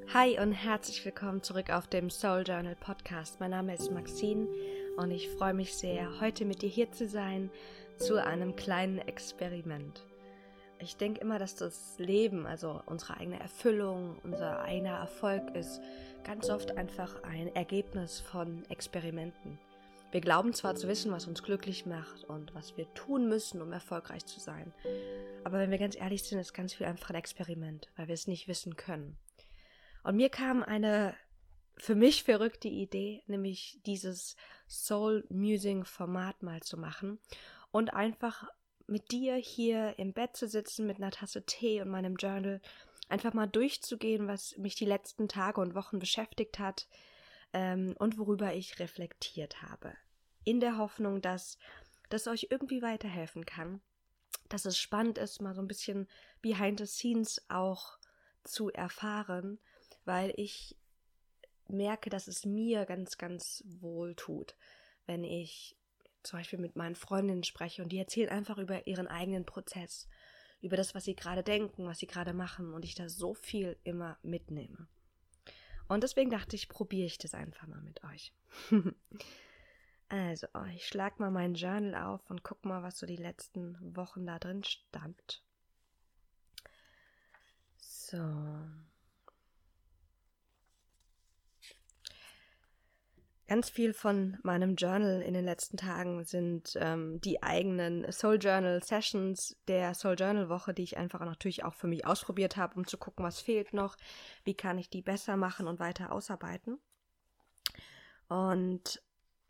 Hi und herzlich willkommen zurück auf dem Soul Journal Podcast. Mein Name ist Maxine und ich freue mich sehr, heute mit dir hier zu sein zu einem kleinen Experiment. Ich denke immer, dass das Leben, also unsere eigene Erfüllung, unser eigener Erfolg ist ganz oft einfach ein Ergebnis von Experimenten. Wir glauben zwar zu wissen, was uns glücklich macht und was wir tun müssen, um erfolgreich zu sein, aber wenn wir ganz ehrlich sind, ist ganz viel einfach ein Experiment, weil wir es nicht wissen können. Und mir kam eine für mich verrückte Idee, nämlich dieses Soul-Musing-Format mal zu machen und einfach mit dir hier im Bett zu sitzen mit einer Tasse Tee und meinem Journal, einfach mal durchzugehen, was mich die letzten Tage und Wochen beschäftigt hat und worüber ich reflektiert habe. In der Hoffnung, dass das euch irgendwie weiterhelfen kann, dass es spannend ist, mal so ein bisschen behind the scenes auch zu erfahren, weil ich merke, dass es mir ganz, ganz wohl tut, wenn ich zum Beispiel mit meinen Freundinnen spreche und die erzählen einfach über ihren eigenen Prozess, über das, was sie gerade denken, was sie gerade machen und ich da so viel immer mitnehme. Und deswegen dachte ich, probiere ich das einfach mal mit euch. Also, ich schlage mal mein Journal auf und gucke mal, was so die letzten Wochen da drin stand. So. Ganz viel von meinem Journal in den letzten Tagen sind die eigenen Soul Journal Sessions der Soul Journal Woche, die ich einfach natürlich auch für mich ausprobiert habe, um zu gucken, was fehlt noch, wie kann ich die besser machen und weiter ausarbeiten. Und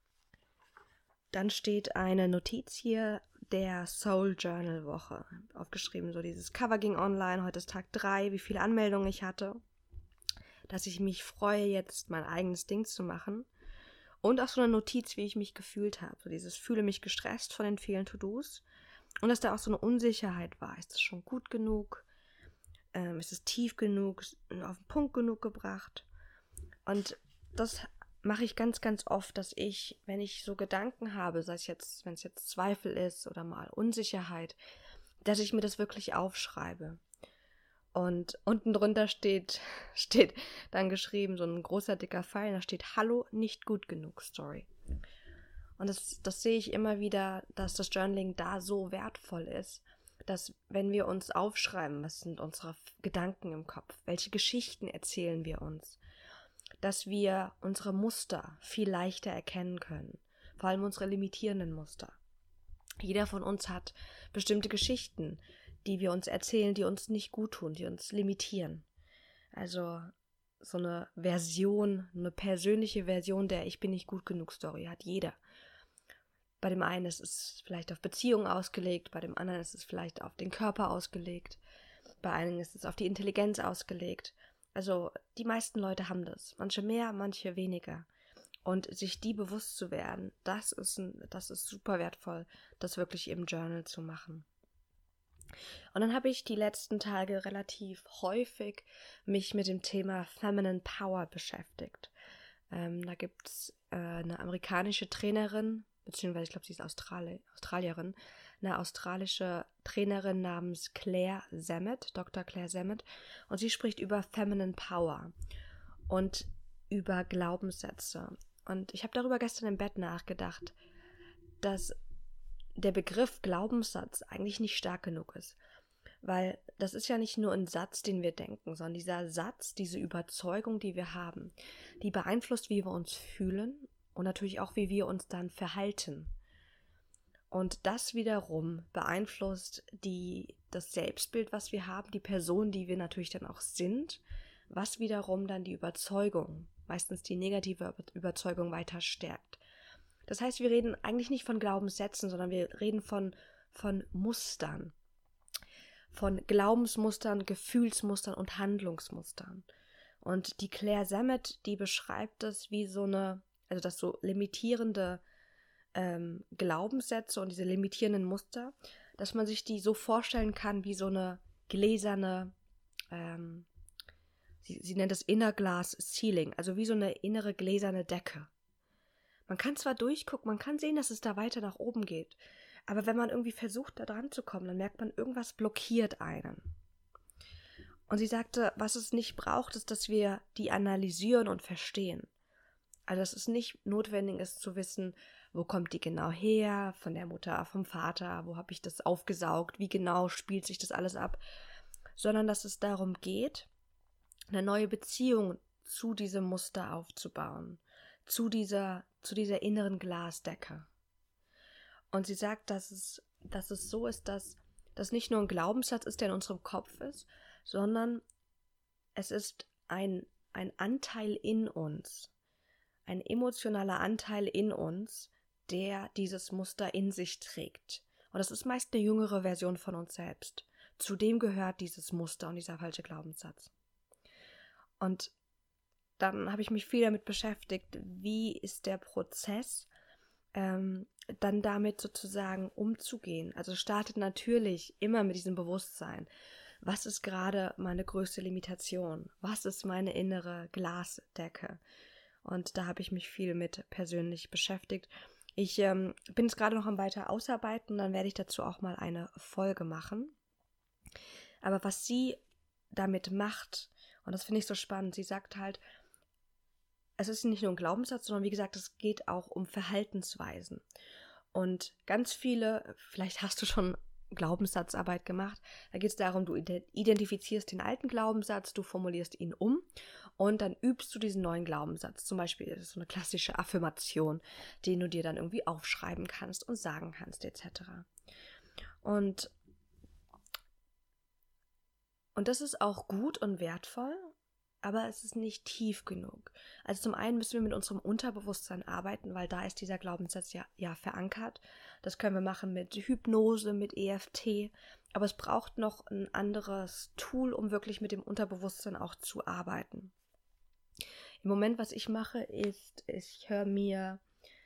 dann steht eine Notiz hier der Soul Journal Woche. Aufgeschrieben, so dieses Cover ging online, heute ist Tag 3, wie viele Anmeldungen ich hatte, dass ich mich freue, jetzt mein eigenes Ding zu machen. Und auch so eine Notiz, wie ich mich gefühlt habe. So dieses fühle mich gestresst von den vielen To-Dos. Und dass da auch so eine Unsicherheit war. Ist es schon gut genug? Ist es tief genug? Auf den Punkt genug gebracht? Und das mache ich ganz, ganz oft, dass ich, wenn ich so Gedanken habe, sei es jetzt, wenn es jetzt Zweifel ist oder mal Unsicherheit, dass ich mir das wirklich aufschreibe. Und unten drunter steht dann geschrieben, so ein großer, dicker Pfeil, da steht Hallo, nicht gut genug Story. Und das sehe ich immer wieder, dass das Journaling da so wertvoll ist, dass wenn wir uns aufschreiben, was sind unsere Gedanken im Kopf, welche Geschichten erzählen wir uns, dass wir unsere Muster viel leichter erkennen können, vor allem unsere limitierenden Muster. Jeder von uns hat bestimmte Geschichten, die wir uns erzählen, die uns nicht gut tun, die uns limitieren. Also so eine Version, eine persönliche Version der Ich bin nicht gut genug Story hat jeder. Bei dem einen ist es vielleicht auf Beziehungen ausgelegt, bei dem anderen ist es vielleicht auf den Körper ausgelegt, bei einem ist es auf die Intelligenz ausgelegt. Also die meisten Leute haben das, manche mehr, manche weniger. Und sich die bewusst zu werden, das ist super wertvoll, das wirklich im Journal zu machen. Und dann habe ich die letzten Tage relativ häufig mich mit dem Thema Feminine Power beschäftigt. Da gibt es eine amerikanische Trainerin, beziehungsweise ich glaube, sie ist Australierin, eine australische Trainerin namens Claire Zammit, Dr. Claire Zammit, und sie spricht über Feminine Power und über Glaubenssätze. Und ich habe darüber gestern im Bett nachgedacht, dass der Begriff Glaubenssatz eigentlich nicht stark genug ist. Weil das ist ja nicht nur ein Satz, den wir denken, sondern dieser Satz, diese Überzeugung, die wir haben, die beeinflusst, wie wir uns fühlen und natürlich auch, wie wir uns dann verhalten. Und das wiederum beeinflusst das Selbstbild, was wir haben, die Person, die wir natürlich dann auch sind, was wiederum dann die Überzeugung, meistens die negative Überzeugung weiter stärkt. Das heißt, wir reden eigentlich nicht von Glaubenssätzen, sondern wir reden von Mustern, von Glaubensmustern, Gefühlsmustern und Handlungsmustern. Und die Claire Zammit, die beschreibt das wie dass so limitierende Glaubenssätze und diese limitierenden Muster, dass man sich die so vorstellen kann wie so eine gläserne, sie nennt es Inner Glass Ceiling, also wie so eine innere gläserne Decke. Man kann zwar durchgucken, man kann sehen, dass es da weiter nach oben geht, aber wenn man irgendwie versucht, da dran zu kommen, dann merkt man, irgendwas blockiert einen. Und sie sagte, was es nicht braucht, ist, dass wir die analysieren und verstehen. Also dass es nicht notwendig ist zu wissen, wo kommt die genau her, von der Mutter, vom Vater, wo habe ich das aufgesaugt, wie genau spielt sich das alles ab, sondern dass es darum geht, eine neue Beziehung zu diesem Muster aufzubauen, zu dieser inneren Glasdecke. Und sie sagt, dass es so ist, dass das nicht nur ein Glaubenssatz ist, der in unserem Kopf ist, sondern es ist ein Anteil in uns, ein emotionaler Anteil in uns, der dieses Muster in sich trägt. Und das ist meist eine jüngere Version von uns selbst. Zu dem gehört dieses Muster und dieser falsche Glaubenssatz. Und dann habe ich mich viel damit beschäftigt, wie ist der Prozess, dann damit sozusagen umzugehen. Also startet natürlich immer mit diesem Bewusstsein. Was ist gerade meine größte Limitation? Was ist meine innere Glasdecke? Und da habe ich mich viel mit persönlich beschäftigt. Ich bin jetzt gerade noch am weiter ausarbeiten, dann werde ich dazu auch mal eine Folge machen. Aber was sie damit macht, und das finde ich so spannend, sie sagt halt, es ist nicht nur ein Glaubenssatz, sondern wie gesagt, es geht auch um Verhaltensweisen. Und ganz viele, vielleicht hast du schon Glaubenssatzarbeit gemacht, da geht es darum, du identifizierst den alten Glaubenssatz, du formulierst ihn um und dann übst du diesen neuen Glaubenssatz. Zum Beispiel ist es so eine klassische Affirmation, den du dir dann irgendwie aufschreiben kannst und sagen kannst, etc. Und das ist auch gut und wertvoll, aber es ist nicht tief genug. Also zum einen müssen wir mit unserem Unterbewusstsein arbeiten, weil da ist dieser Glaubenssatz ja verankert. Das können wir machen mit Hypnose, mit EFT, aber es braucht noch ein anderes Tool, um wirklich mit dem Unterbewusstsein auch zu arbeiten. Im Moment, was ich mache, ist, ich höre mir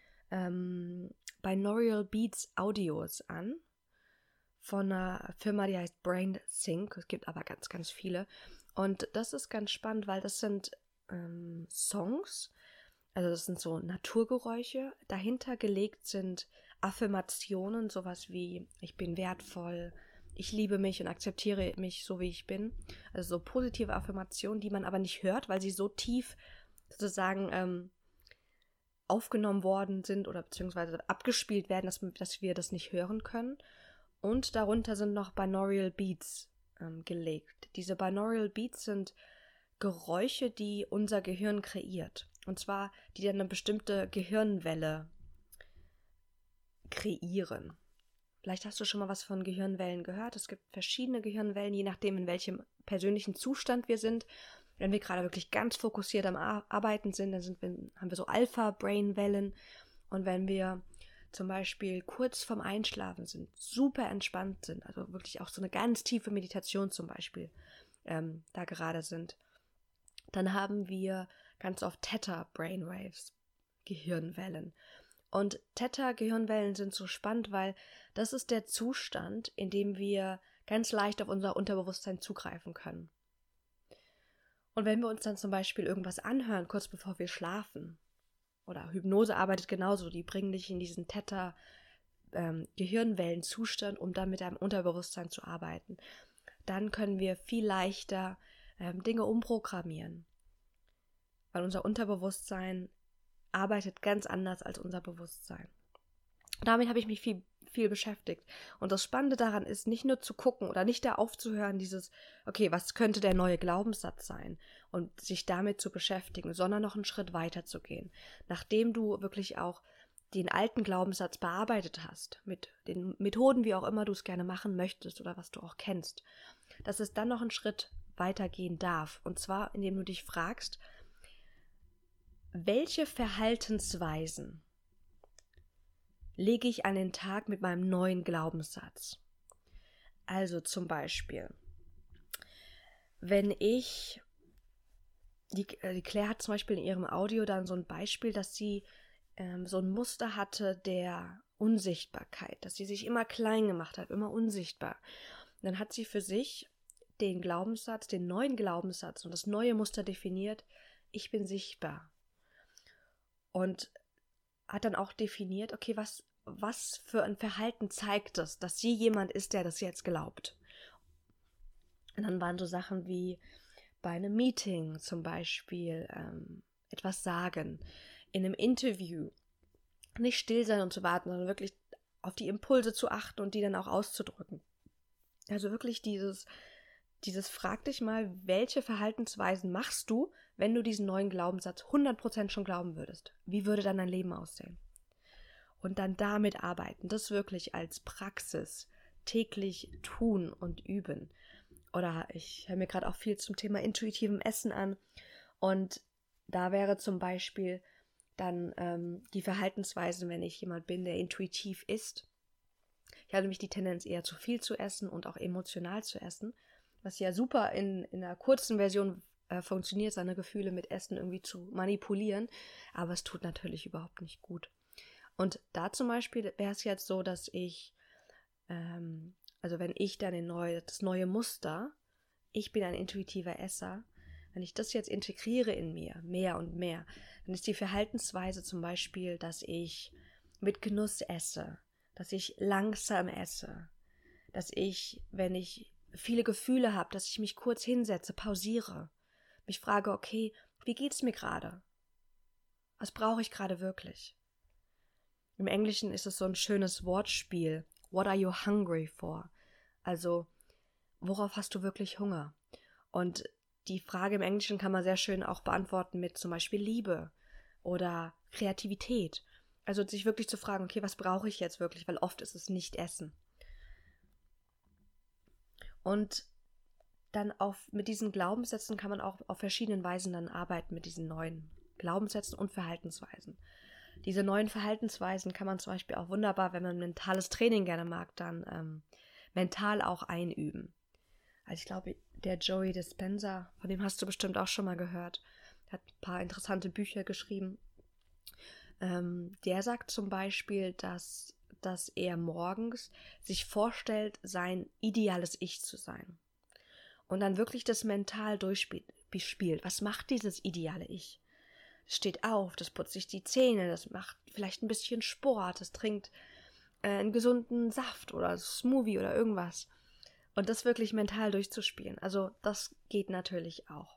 Binaural Beats Audios an von einer Firma, die heißt Brain Sync. Es gibt aber ganz, ganz viele. Und das ist ganz spannend, weil das sind Songs, also das sind so Naturgeräusche. Dahinter gelegt sind Affirmationen, sowas wie ich bin wertvoll, ich liebe mich und akzeptiere mich so, wie ich bin. Also so positive Affirmationen, die man aber nicht hört, weil sie so tief sozusagen aufgenommen worden sind oder beziehungsweise abgespielt werden, dass wir das nicht hören können. Und darunter sind noch Binaural Beats gelegt. Diese Binaural Beats sind Geräusche, die unser Gehirn kreiert. Und zwar, die dann eine bestimmte Gehirnwelle kreieren. Vielleicht hast du schon mal was von Gehirnwellen gehört. Es gibt verschiedene Gehirnwellen, je nachdem, in welchem persönlichen Zustand wir sind. Wenn wir gerade wirklich ganz fokussiert am Arbeiten sind, dann haben wir so Alpha-Brain-Wellen. Und wenn wir zum Beispiel kurz vorm Einschlafen sind, super entspannt sind, also wirklich auch so eine ganz tiefe Meditation zum Beispiel da gerade sind, dann haben wir ganz oft Theta-Brainwaves, Gehirnwellen. Und Theta-Gehirnwellen sind so spannend, weil das ist der Zustand, in dem wir ganz leicht auf unser Unterbewusstsein zugreifen können. Und wenn wir uns dann zum Beispiel irgendwas anhören, kurz bevor wir schlafen, oder Hypnose arbeitet genauso, die bringen dich in diesen Theta-Gehirnwellenzustand, um dann mit deinem Unterbewusstsein zu arbeiten. Dann können wir viel leichter Dinge umprogrammieren, weil unser Unterbewusstsein arbeitet ganz anders als unser Bewusstsein. Damit habe ich mich viel beschäftigt. Und das Spannende daran ist, nicht nur zu gucken oder nicht da aufzuhören, okay, was könnte der neue Glaubenssatz sein und sich damit zu beschäftigen, sondern noch einen Schritt weiter zu gehen. Nachdem du wirklich auch den alten Glaubenssatz bearbeitet hast, mit den Methoden, wie auch immer du es gerne machen möchtest oder was du auch kennst, dass es dann noch einen Schritt weitergehen darf. Und zwar, indem du dich fragst, welche Verhaltensweisen lege ich an den Tag mit meinem neuen Glaubenssatz? Also zum Beispiel, wenn die Claire hat zum Beispiel in ihrem Audio dann so ein Beispiel, dass sie so ein Muster hatte der Unsichtbarkeit, dass sie sich immer klein gemacht hat, immer unsichtbar. Und dann hat sie für sich den neuen Glaubenssatz und das neue Muster definiert, ich bin sichtbar. Und hat dann auch definiert, okay, was für ein Verhalten zeigt es, dass sie jemand ist, der das jetzt glaubt. Und dann waren so Sachen wie bei einem Meeting zum Beispiel etwas sagen, in einem Interview nicht still sein und zu warten, sondern wirklich auf die Impulse zu achten und die dann auch auszudrücken. Also wirklich dieses frag dich mal, welche Verhaltensweisen machst du, wenn du diesen neuen Glaubenssatz 100% schon glauben würdest? Wie würde dann dein Leben aussehen? Und dann damit arbeiten, das wirklich als Praxis täglich tun und üben. Oder ich höre mir gerade auch viel zum Thema intuitivem Essen an. Und da wäre zum Beispiel dann die Verhaltensweisen, wenn ich jemand bin, der intuitiv isst. Ich habe nämlich die Tendenz, eher zu viel zu essen und auch emotional zu essen, was ja super in einer kurzen Version funktioniert, seine Gefühle mit Essen irgendwie zu manipulieren, aber es tut natürlich überhaupt nicht gut. Und da zum Beispiel wäre es jetzt so, dass ich, also wenn ich dann das neue Muster, ich bin ein intuitiver Esser, wenn ich das jetzt integriere in mir, mehr und mehr, dann ist die Verhaltensweise zum Beispiel, dass ich mit Genuss esse, dass ich langsam esse, dass ich, wenn ich viele Gefühle habe, dass ich mich kurz hinsetze, pausiere, mich frage, okay, wie geht's mir gerade? Was brauche ich gerade wirklich? Im Englischen ist es so ein schönes Wortspiel. What are you hungry for? Also, worauf hast du wirklich Hunger? Und die Frage im Englischen kann man sehr schön auch beantworten mit zum Beispiel Liebe oder Kreativität. Also sich wirklich zu fragen, okay, was brauche ich jetzt wirklich? Weil oft ist es nicht Essen. Und dann mit diesen Glaubenssätzen kann man auch auf verschiedenen Weisen dann arbeiten, mit diesen neuen Glaubenssätzen und Verhaltensweisen. Diese neuen Verhaltensweisen kann man zum Beispiel auch wunderbar, wenn man mentales Training gerne mag, dann mental auch einüben. Also ich glaube, der Joey Dispenza, von dem hast du bestimmt auch schon mal gehört, der hat ein paar interessante Bücher geschrieben. Der sagt zum Beispiel, dass er morgens sich vorstellt, sein ideales Ich zu sein. Und dann wirklich das mental durchspielt. Was macht dieses ideale Ich? Es steht auf, das putzt sich die Zähne, das macht vielleicht ein bisschen Sport, das trinkt einen gesunden Saft oder Smoothie oder irgendwas. Und das wirklich mental durchzuspielen. Also das geht natürlich auch.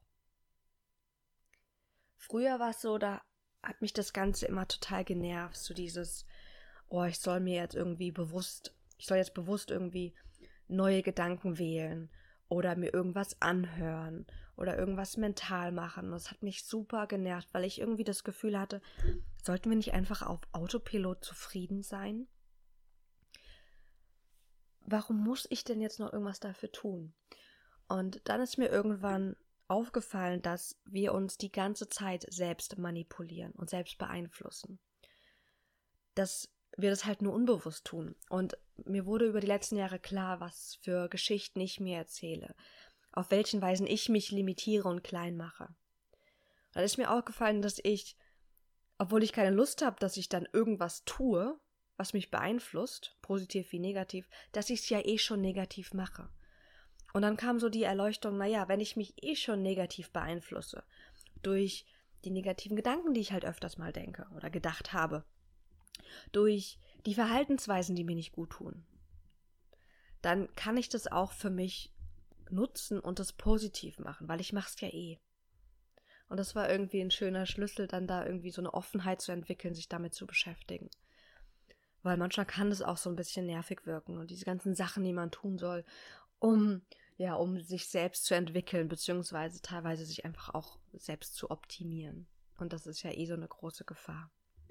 Früher war es so, da hat mich das Ganze immer total genervt. So dieses, ich soll jetzt bewusst irgendwie neue Gedanken wählen oder mir irgendwas anhören oder irgendwas mental machen. Das hat mich super genervt, weil ich irgendwie das Gefühl hatte, sollten wir nicht einfach auf Autopilot zufrieden sein? Warum muss ich denn jetzt noch irgendwas dafür tun? Und dann ist mir irgendwann aufgefallen, dass wir uns die ganze Zeit selbst manipulieren und selbst beeinflussen. Dass wir das halt nur unbewusst tun. Und mir wurde über die letzten Jahre klar, was für Geschichten ich mir erzähle, auf welchen Weisen ich mich limitiere und klein mache. Und dann ist mir aufgefallen, dass ich, obwohl ich keine Lust habe, dass ich dann irgendwas tue, was mich beeinflusst, positiv wie negativ, dass ich es ja eh schon negativ mache. Und dann kam so die Erleuchtung, wenn ich mich eh schon negativ beeinflusse, durch die negativen Gedanken, die ich halt öfters mal denke oder gedacht habe, durch die Verhaltensweisen, die mir nicht gut tun, dann kann ich das auch für mich nutzen und das positiv machen, weil ich mache es ja eh. Und das war irgendwie ein schöner Schlüssel, dann da irgendwie so eine Offenheit zu entwickeln, sich damit zu beschäftigen. Weil manchmal kann das auch so ein bisschen nervig wirken und diese ganzen Sachen, die man tun soll, um sich selbst zu entwickeln, beziehungsweise teilweise sich einfach auch selbst zu optimieren. Und das ist ja eh so eine große Gefahr.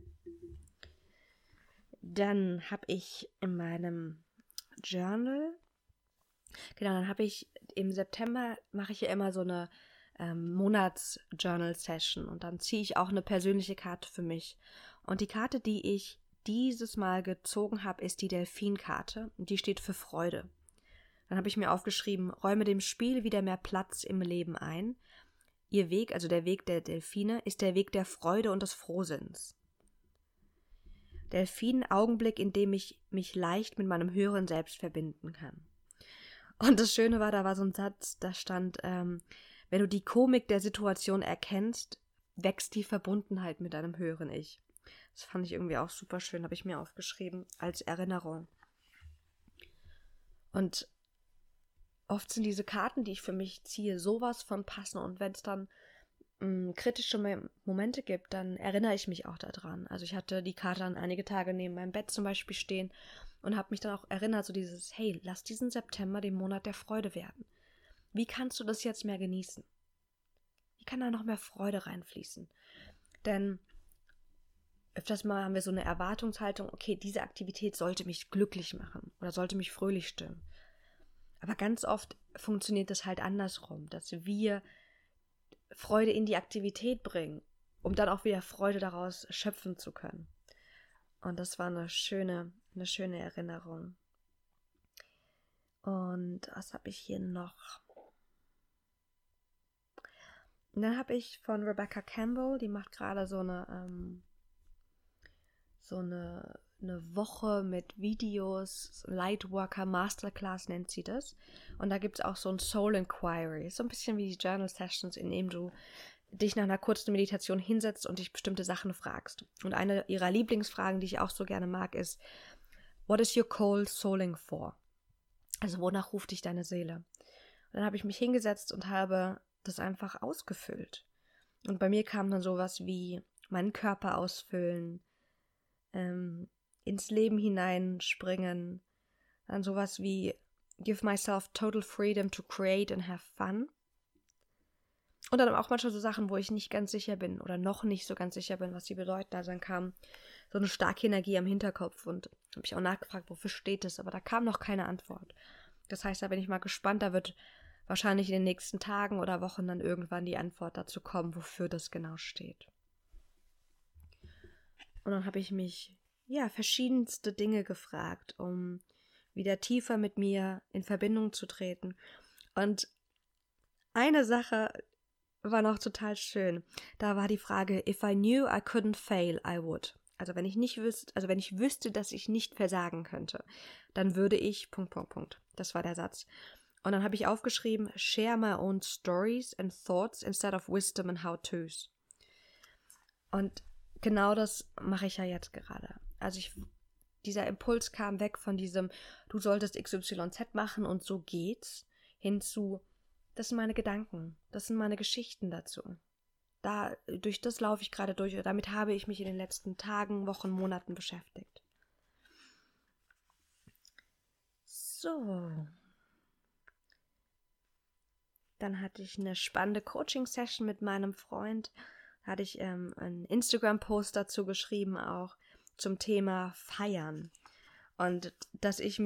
Dann habe ich in meinem Journal, dann habe ich im September, mache ich ja immer so eine Monats-Journal-Session und dann ziehe ich auch eine persönliche Karte für mich. Und die Karte, die ich dieses Mal gezogen habe, ist die Delfin-Karte und die steht für Freude. Dann habe ich mir aufgeschrieben, räume dem Spiel wieder mehr Platz im Leben ein. Ihr Weg, also der Weg der Delfine, ist der Weg der Freude und des Frohsinns. Delfin, Augenblick, in dem ich mich leicht mit meinem höheren Selbst verbinden kann. Und das Schöne war, da war so ein Satz, da stand, wenn du die Komik der Situation erkennst, wächst die Verbundenheit mit deinem höheren Ich. Das fand ich irgendwie auch super schön, habe ich mir aufgeschrieben, als Erinnerung. Und oft sind diese Karten, die ich für mich ziehe, sowas von passend, und wenn es dann kritische Momente gibt, dann erinnere ich mich auch daran. Also ich hatte die Karte dann einige Tage neben meinem Bett zum Beispiel stehen und habe mich dann auch erinnert, so dieses, hey, lass diesen September den Monat der Freude werden. Wie kannst du das jetzt mehr genießen? Wie kann da noch mehr Freude reinfließen? Denn öfters mal haben wir so eine Erwartungshaltung, okay, diese Aktivität sollte mich glücklich machen oder sollte mich fröhlich stimmen. Aber ganz oft funktioniert das halt andersrum, dass wir Freude in die Aktivität bringen, um dann auch wieder Freude daraus schöpfen zu können. Und das war eine schöne Erinnerung. Und was habe ich hier noch? Und dann habe ich von Rebecca Campbell, die macht gerade so eine Woche mit Videos, Lightworker Masterclass nennt sie das. Und da gibt es auch so ein Soul Inquiry, so ein bisschen wie die Journal Sessions, in dem du dich nach einer kurzen Meditation hinsetzt und dich bestimmte Sachen fragst. Und eine ihrer Lieblingsfragen, die ich auch so gerne mag, ist: What is your call souling for? Also wonach ruft dich deine Seele? Und dann habe ich mich hingesetzt und habe das einfach ausgefüllt. Und bei mir kam dann sowas wie meinen Körper ausfüllen, ins Leben hineinspringen, dann sowas wie give myself total freedom to create and have fun. Und dann auch manchmal so Sachen, wo ich nicht ganz sicher bin oder noch nicht so ganz sicher bin, was sie bedeuten. Also dann kam so eine starke Energie am Hinterkopf und habe ich auch nachgefragt, wofür steht das? Aber da kam noch keine Antwort. Das heißt, da bin ich mal gespannt, da wird wahrscheinlich in den nächsten Tagen oder Wochen dann irgendwann die Antwort dazu kommen, wofür das genau steht. Und dann habe ich mich, verschiedenste Dinge gefragt, um wieder tiefer mit mir in Verbindung zu treten. Und eine Sache war noch total schön. Da war die Frage: If I knew I couldn't fail, I would. Also wenn ich wüsste, dass ich nicht versagen könnte, dann würde ich ... Das war der Satz. Und dann habe ich aufgeschrieben: Share my own stories and thoughts instead of wisdom and how-tos. Und genau das mache ich ja jetzt gerade. Also dieser Impuls kam weg von diesem, du solltest XYZ machen und so geht's, hin zu, das sind meine Gedanken, das sind meine Geschichten dazu. Durch das laufe ich gerade durch, damit habe ich mich in den letzten Tagen, Wochen, Monaten beschäftigt. So. Dann hatte ich eine spannende Coaching-Session mit meinem Freund. Da hatte ich einen Instagram-Post dazu geschrieben, auch zum Thema Feiern. Und lass mich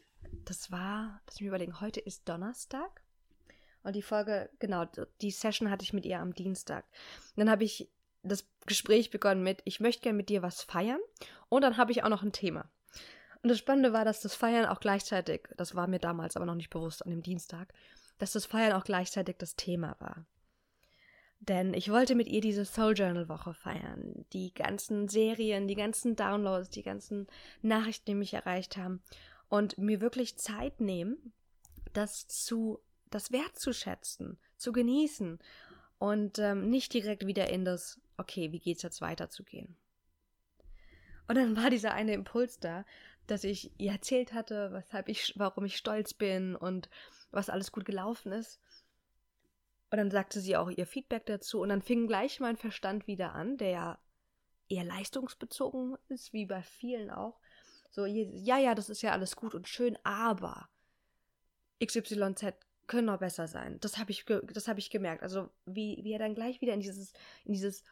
überlegen, heute ist Donnerstag. Und die Folge, genau, die Session hatte ich mit ihr am Dienstag. Und dann habe ich das Gespräch begonnen mit: Ich möchte gerne mit dir was feiern. Und dann habe ich auch noch ein Thema. Und das Spannende war, dass das Feiern auch gleichzeitig, das war mir damals aber noch nicht bewusst an dem Dienstag, dass das Feiern auch gleichzeitig das Thema war. Denn ich wollte mit ihr diese Soul Journal Woche feiern. Die ganzen Serien, die ganzen Downloads, die ganzen Nachrichten, die mich erreicht haben. Und mir wirklich Zeit nehmen, das wertzuschätzen, zu genießen. Und nicht direkt wieder in das, okay, wie geht's jetzt weiter zu gehen. Und dann war dieser eine Impuls da, dass ich ihr erzählt hatte, warum ich stolz bin und was alles gut gelaufen ist. Und dann sagte sie auch ihr Feedback dazu und dann fing gleich mein Verstand wieder an, der ja eher leistungsbezogen ist, wie bei vielen auch. So, ja, das ist ja alles gut und schön, aber XYZ können noch besser sein. Das habe ich gemerkt. Also wie er dann gleich wieder in dieses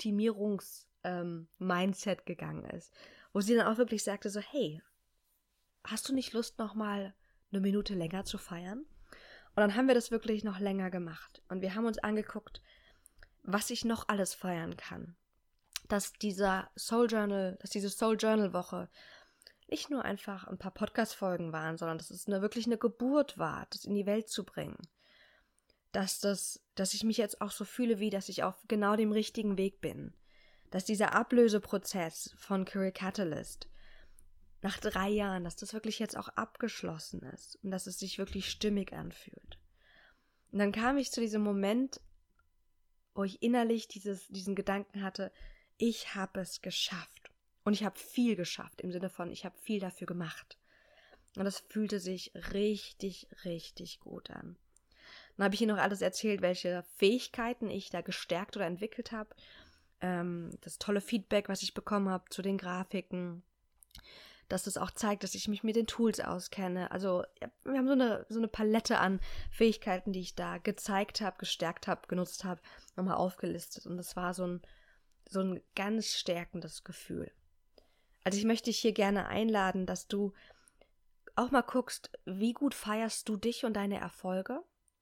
Optimierungs-Mindset gegangen ist. Wo sie dann auch wirklich sagte so: Hey, hast du nicht Lust, noch mal eine Minute länger zu feiern? Und dann haben wir das wirklich noch länger gemacht. Und wir haben uns angeguckt, was ich noch alles feiern kann. Dass diese Soul Journal Woche nicht nur einfach ein paar Podcast-Folgen waren, sondern dass es wirklich eine Geburt war, das in die Welt zu bringen. Dass ich mich jetzt auch so fühle, wie dass ich auf genau dem richtigen Weg bin. Dass dieser Ablöseprozess von Career Catalyst nach 3 Jahren, dass das wirklich jetzt auch abgeschlossen ist und dass es sich wirklich stimmig anfühlt. Und dann kam ich zu diesem Moment, wo ich innerlich diesen Gedanken hatte: Ich habe es geschafft. Und ich habe viel geschafft, im Sinne von, ich habe viel dafür gemacht. Und das fühlte sich richtig, richtig gut an. Dann habe ich ihr noch alles erzählt, welche Fähigkeiten ich da gestärkt oder entwickelt habe. Das tolle Feedback, was ich bekommen habe zu den Grafiken. Dass es auch zeigt, dass ich mich mit den Tools auskenne. Also wir haben so eine Palette an Fähigkeiten, die ich da gezeigt habe, gestärkt habe, genutzt habe, nochmal aufgelistet. Und das war so ein ganz stärkendes Gefühl. Also ich möchte dich hier gerne einladen, dass du auch mal guckst, wie gut feierst du dich und deine Erfolge.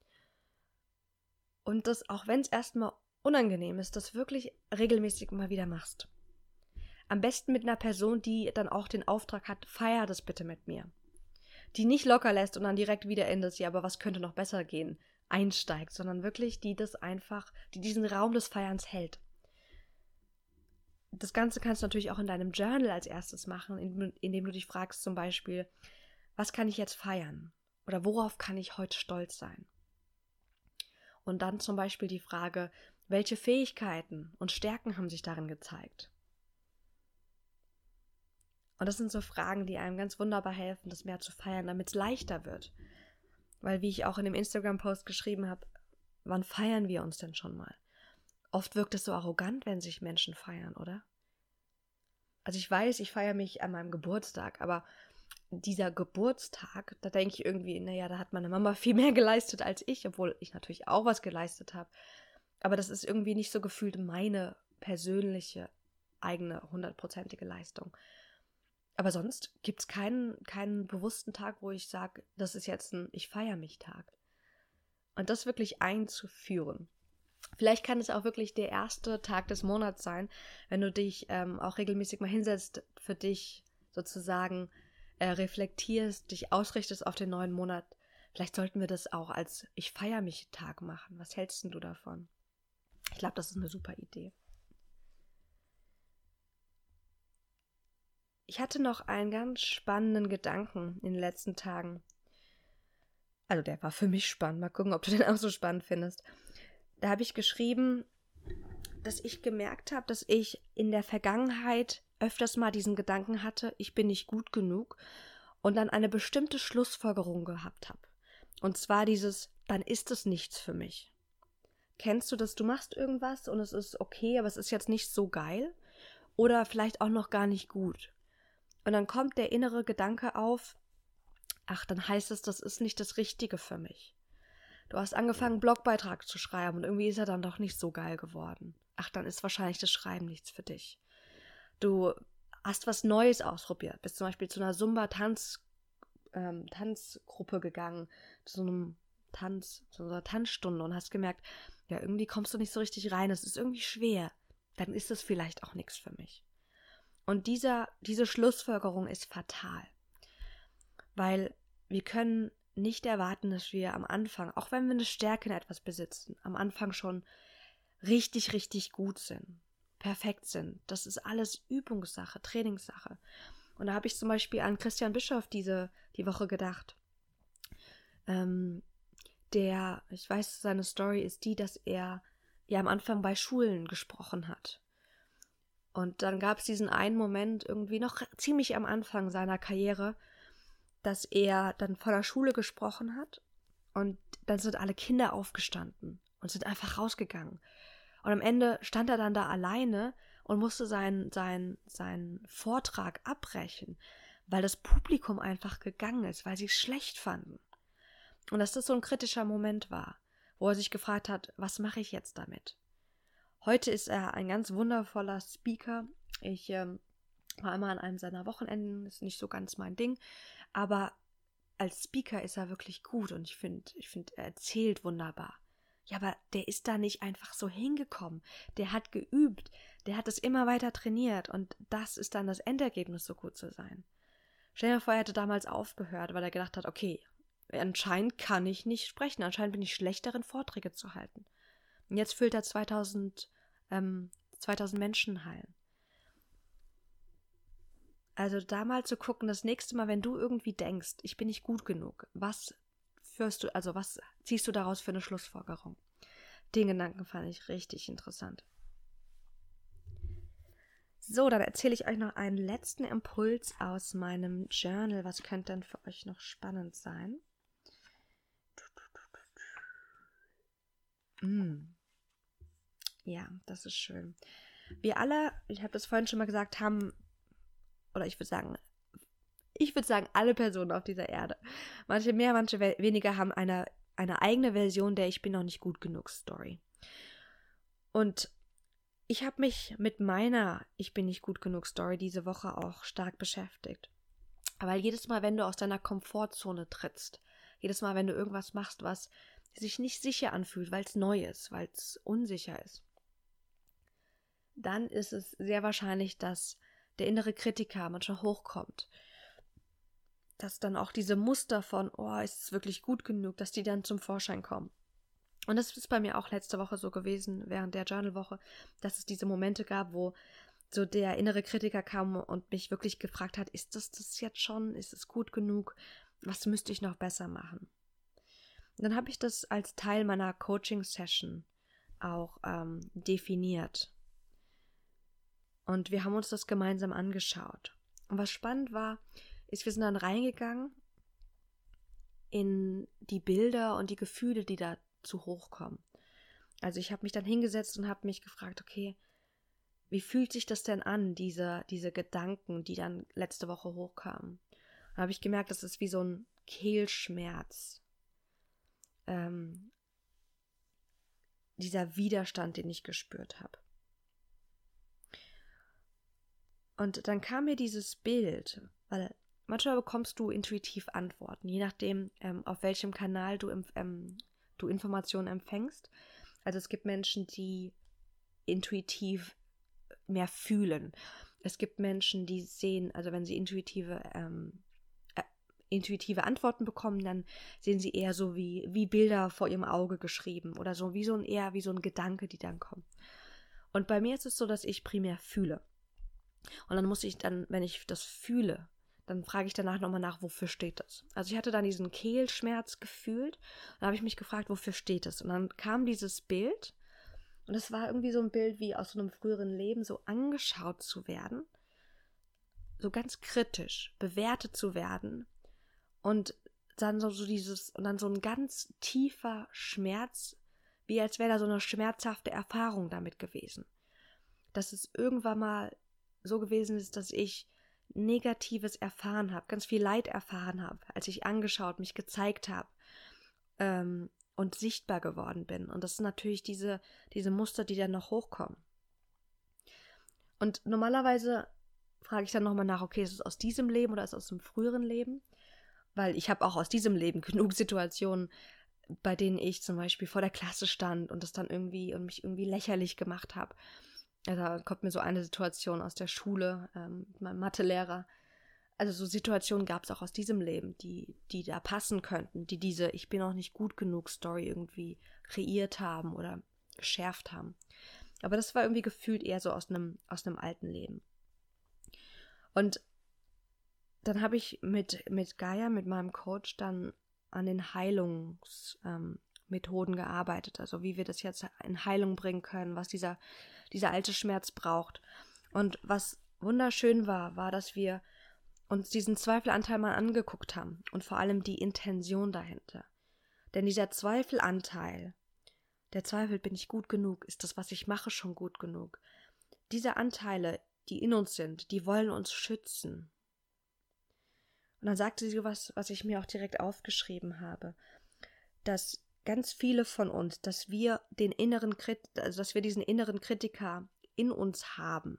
Und das, auch wenn es erstmal unangenehm ist, das wirklich regelmäßig immer wieder machst. Am besten mit einer Person, die dann auch den Auftrag hat, feier das bitte mit mir. Die nicht locker lässt und dann direkt wieder in das, ja, aber was könnte noch besser gehen, einsteigt, sondern wirklich, die diesen Raum des Feierns hält. Das Ganze kannst du natürlich auch in deinem Journal als erstes machen, indem du dich fragst zum Beispiel, was kann ich jetzt feiern? Oder worauf kann ich heute stolz sein? Und dann zum Beispiel die Frage, welche Fähigkeiten und Stärken haben sich darin gezeigt? Und das sind so Fragen, die einem ganz wunderbar helfen, das mehr zu feiern, damit es leichter wird. Weil, wie ich auch in dem Instagram-Post geschrieben habe, wann feiern wir uns denn schon mal? Oft wirkt es so arrogant, wenn sich Menschen feiern, oder? Also ich weiß, ich feiere mich an meinem Geburtstag, aber dieser Geburtstag, da denke ich irgendwie, naja, da hat meine Mama viel mehr geleistet als ich, obwohl ich natürlich auch was geleistet habe. Aber das ist irgendwie nicht so gefühlt meine persönliche, eigene, 100%ige Leistung. Aber sonst gibt es keinen bewussten Tag, wo ich sage, das ist jetzt ein Ich feiere mich Tag. Und das wirklich einzuführen. Vielleicht kann es auch wirklich der erste Tag des Monats sein, wenn du dich auch regelmäßig mal hinsetzt, für dich sozusagen reflektierst, dich ausrichtest auf den neuen Monat. Vielleicht sollten wir das auch als Ich feiere mich Tag machen. Was hältst du davon? Ich glaube, das ist eine super Idee. Ich hatte noch einen ganz spannenden Gedanken in den letzten Tagen. Also der war für mich spannend. Mal gucken, ob du den auch so spannend findest. Da habe ich geschrieben, dass ich gemerkt habe, dass ich in der Vergangenheit öfters mal diesen Gedanken hatte, ich bin nicht gut genug und dann eine bestimmte Schlussfolgerung gehabt habe. Und zwar dieses, dann ist es nichts für mich. Kennst du das, du machst irgendwas und es ist okay, aber es ist jetzt nicht so geil oder vielleicht auch noch gar nicht gut. Und dann kommt der innere Gedanke auf, ach, dann heißt es, das ist nicht das Richtige für mich. Du hast angefangen, einen Blogbeitrag zu schreiben und irgendwie ist er dann doch nicht so geil geworden. Ach, dann ist wahrscheinlich das Schreiben nichts für dich. Du hast was Neues ausprobiert, bist zum Beispiel zu einer Zumba-Tanzgruppe gegangen, zu so einer Tanzstunde und hast gemerkt, ja, irgendwie kommst du nicht so richtig rein, es ist irgendwie schwer. Dann ist es vielleicht auch nichts für mich. Und diese Schlussfolgerung ist fatal, weil wir können nicht erwarten, dass wir am Anfang, auch wenn wir eine Stärke in etwas besitzen, am Anfang schon richtig, richtig gut sind, perfekt sind. Das ist alles Übungssache, Trainingssache. Und da habe ich zum Beispiel an Christian Bischoff die Woche gedacht. Ich weiß, seine Story ist die, dass er ja am Anfang bei Schulen gesprochen hat. Und dann gab es diesen einen Moment irgendwie noch ziemlich am Anfang seiner Karriere, dass er dann vor der Schule gesprochen hat und dann sind alle Kinder aufgestanden und sind einfach rausgegangen. Und am Ende stand er dann da alleine und musste seinen Vortrag abbrechen, weil das Publikum einfach gegangen ist, weil sie es schlecht fanden. Und dass das so ein kritischer Moment war, wo er sich gefragt hat, was mache ich jetzt damit? Heute ist er ein ganz wundervoller Speaker. Ich war immer an einem seiner Wochenenden, ist nicht so ganz mein Ding, aber als Speaker ist er wirklich gut und ich finde, er erzählt wunderbar. Ja, aber der ist da nicht einfach so hingekommen. Der hat geübt, der hat es immer weiter trainiert und das ist dann das Endergebnis, so gut zu sein. Stell dir vor, er hätte damals aufgehört, weil er gedacht hat, okay, anscheinend kann ich nicht sprechen, anscheinend bin ich schlecht darin, Vorträge zu halten. Und jetzt füllt er 2000 Menschen heilen. Also da mal zu gucken, das nächste Mal, wenn du irgendwie denkst, ich bin nicht gut genug, was ziehst du daraus für eine Schlussfolgerung? Den Gedanken fand ich richtig interessant. So, dann erzähle ich euch noch einen letzten Impuls aus meinem Journal. Was könnte denn für euch noch spannend sein? Ja, das ist schön. Wir alle, ich habe das vorhin schon mal gesagt, haben, oder ich würde sagen, alle Personen auf dieser Erde, manche mehr, manche weniger, haben eine eigene Version der Ich bin noch nicht gut genug Story. Und ich habe mich mit meiner Ich bin nicht gut genug Story diese Woche auch stark beschäftigt. Weil jedes Mal, wenn du aus deiner Komfortzone trittst, jedes Mal, wenn du irgendwas machst, was sich nicht sicher anfühlt, weil es neu ist, weil es unsicher ist, dann ist es sehr wahrscheinlich, dass der innere Kritiker manchmal hochkommt. Dass dann auch diese Muster von, oh, ist es wirklich gut genug, dass die dann zum Vorschein kommen. Und das ist bei mir auch letzte Woche so gewesen, während der Journalwoche, dass es diese Momente gab, wo so der innere Kritiker kam und mich wirklich gefragt hat, ist das jetzt schon? Ist es gut genug? Was müsste ich noch besser machen? Und dann habe ich das als Teil meiner Coaching-Session auch definiert. Und wir haben uns das gemeinsam angeschaut. Und was spannend war, ist, wir sind dann reingegangen in die Bilder und die Gefühle, die dazu hochkommen. Also ich habe mich dann hingesetzt und habe mich gefragt, okay, wie fühlt sich das denn an, diese Gedanken, die dann letzte Woche hochkamen? Dann habe ich gemerkt, das ist wie so ein Kehlschmerz. Dieser Widerstand, den ich gespürt habe. Und dann kam mir dieses Bild, weil manchmal bekommst du intuitiv Antworten, je nachdem, auf welchem Kanal du Informationen empfängst. Also es gibt Menschen, die intuitiv mehr fühlen. Es gibt Menschen, die sehen, also wenn sie intuitive Antworten bekommen, dann sehen sie eher so wie Bilder vor ihrem Auge geschrieben oder so wie so ein Gedanke, die dann kommt. Und bei mir ist es so, dass ich primär fühle. Und dann muss ich dann, wenn ich das fühle, dann frage ich danach nochmal nach, wofür steht das? Also ich hatte dann diesen Kehlschmerz gefühlt, dann habe ich mich gefragt, wofür steht das? Und dann kam dieses Bild und es war irgendwie so ein Bild wie aus so einem früheren Leben, so angeschaut zu werden, so ganz kritisch bewertet zu werden und dann so ein ganz tiefer Schmerz, wie als wäre da so eine schmerzhafte Erfahrung damit gewesen. Dass es irgendwann mal so gewesen ist, dass ich Negatives erfahren habe, ganz viel Leid erfahren habe, als ich angeschaut, mich gezeigt habe und sichtbar geworden bin. Und das sind natürlich diese Muster, die dann noch hochkommen. Und normalerweise frage ich dann nochmal nach, okay, ist es aus diesem Leben oder ist es aus dem früheren Leben? Weil ich habe auch aus diesem Leben genug Situationen, bei denen ich zum Beispiel vor der Klasse stand und mich irgendwie lächerlich gemacht habe. Also da kommt mir so eine Situation aus der Schule, mit meinem Mathelehrer. Also so Situationen gab es auch aus diesem Leben, die da passen könnten, die diese Ich bin noch nicht gut genug Story irgendwie kreiert haben oder geschärft haben. Aber das war irgendwie gefühlt eher so aus einem alten Leben. Und dann habe ich mit Gaia, mit meinem Coach, dann an den Heilungsmethoden gearbeitet. Also wie wir das jetzt in Heilung bringen können, was dieser alte Schmerz braucht. Und was wunderschön war, dass wir uns diesen Zweifelanteil mal angeguckt haben und vor allem die Intention dahinter. Denn dieser Zweifelanteil, der zweifelt, bin ich gut genug, ist das, was ich mache, schon gut genug. Diese Anteile, die in uns sind, die wollen uns schützen. Und dann sagte sie was ich mir auch direkt aufgeschrieben habe, dass ganz viele von uns, dass wir diesen inneren Kritiker in uns haben,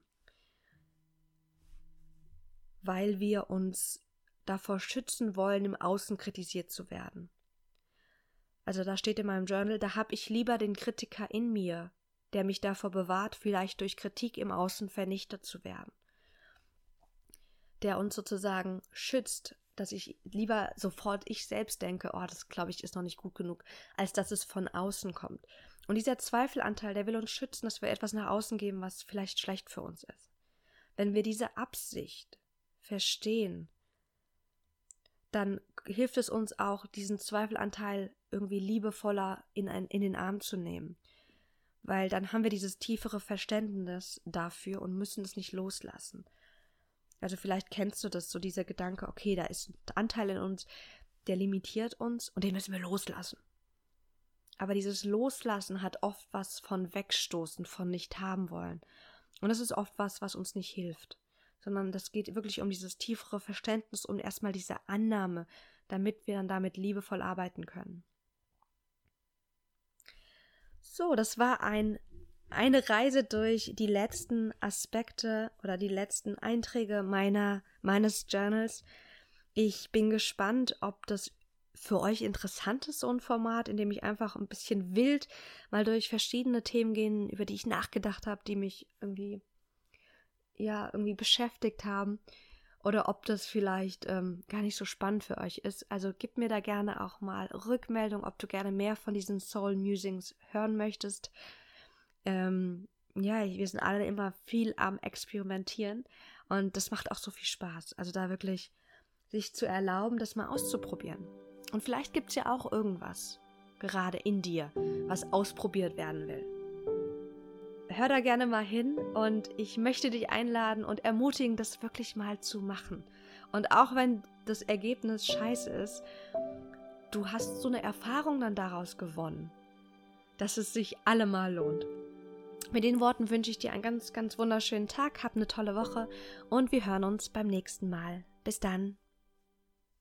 weil wir uns davor schützen wollen, im Außen kritisiert zu werden. Also da steht in meinem Journal, da habe ich lieber den Kritiker in mir, der mich davor bewahrt, vielleicht durch Kritik im Außen vernichtet zu werden. Der uns sozusagen schützt, dass ich lieber sofort ich selbst denke, oh, das glaube ich ist noch nicht gut genug, als dass es von außen kommt. Und dieser Zweifelanteil, der will uns schützen, dass wir etwas nach außen geben, was vielleicht schlecht für uns ist. Wenn wir diese Absicht verstehen, dann hilft es uns auch, diesen Zweifelanteil irgendwie liebevoller in den Arm zu nehmen. weil dann haben wir dieses tiefere Verständnis dafür und müssen es nicht loslassen. Also vielleicht kennst du das, so dieser Gedanke, okay, da ist ein Anteil in uns, der limitiert uns und den müssen wir loslassen. Aber dieses Loslassen hat oft was von Wegstoßen, von nicht haben wollen. Und das ist oft was uns nicht hilft. Sondern das geht wirklich um dieses tiefere Verständnis, um erstmal diese Annahme, damit wir dann damit liebevoll arbeiten können. So, das war eine Reise durch die letzten Aspekte oder die letzten Einträge meines Journals. Ich bin gespannt, ob das für euch interessant ist, so ein Format, in dem ich einfach ein bisschen wild mal durch verschiedene Themen gehe, über die ich nachgedacht habe, die mich irgendwie beschäftigt haben. Oder ob das vielleicht gar nicht so spannend für euch ist. Also gib mir da gerne auch mal Rückmeldung, ob du gerne mehr von diesen Soul Musings hören möchtest. Wir sind alle immer viel am Experimentieren und das macht auch so viel Spaß. Also da wirklich sich zu erlauben, das mal auszuprobieren. Und vielleicht gibt es ja auch irgendwas, gerade in dir, was ausprobiert werden will. Hör da gerne mal hin und ich möchte dich einladen und ermutigen, das wirklich mal zu machen. Und auch wenn das Ergebnis scheiße ist, du hast so eine Erfahrung dann daraus gewonnen, dass es sich allemal lohnt. Mit den Worten wünsche ich dir einen ganz, ganz wunderschönen Tag, hab eine tolle Woche und wir hören uns beim nächsten Mal. Bis dann.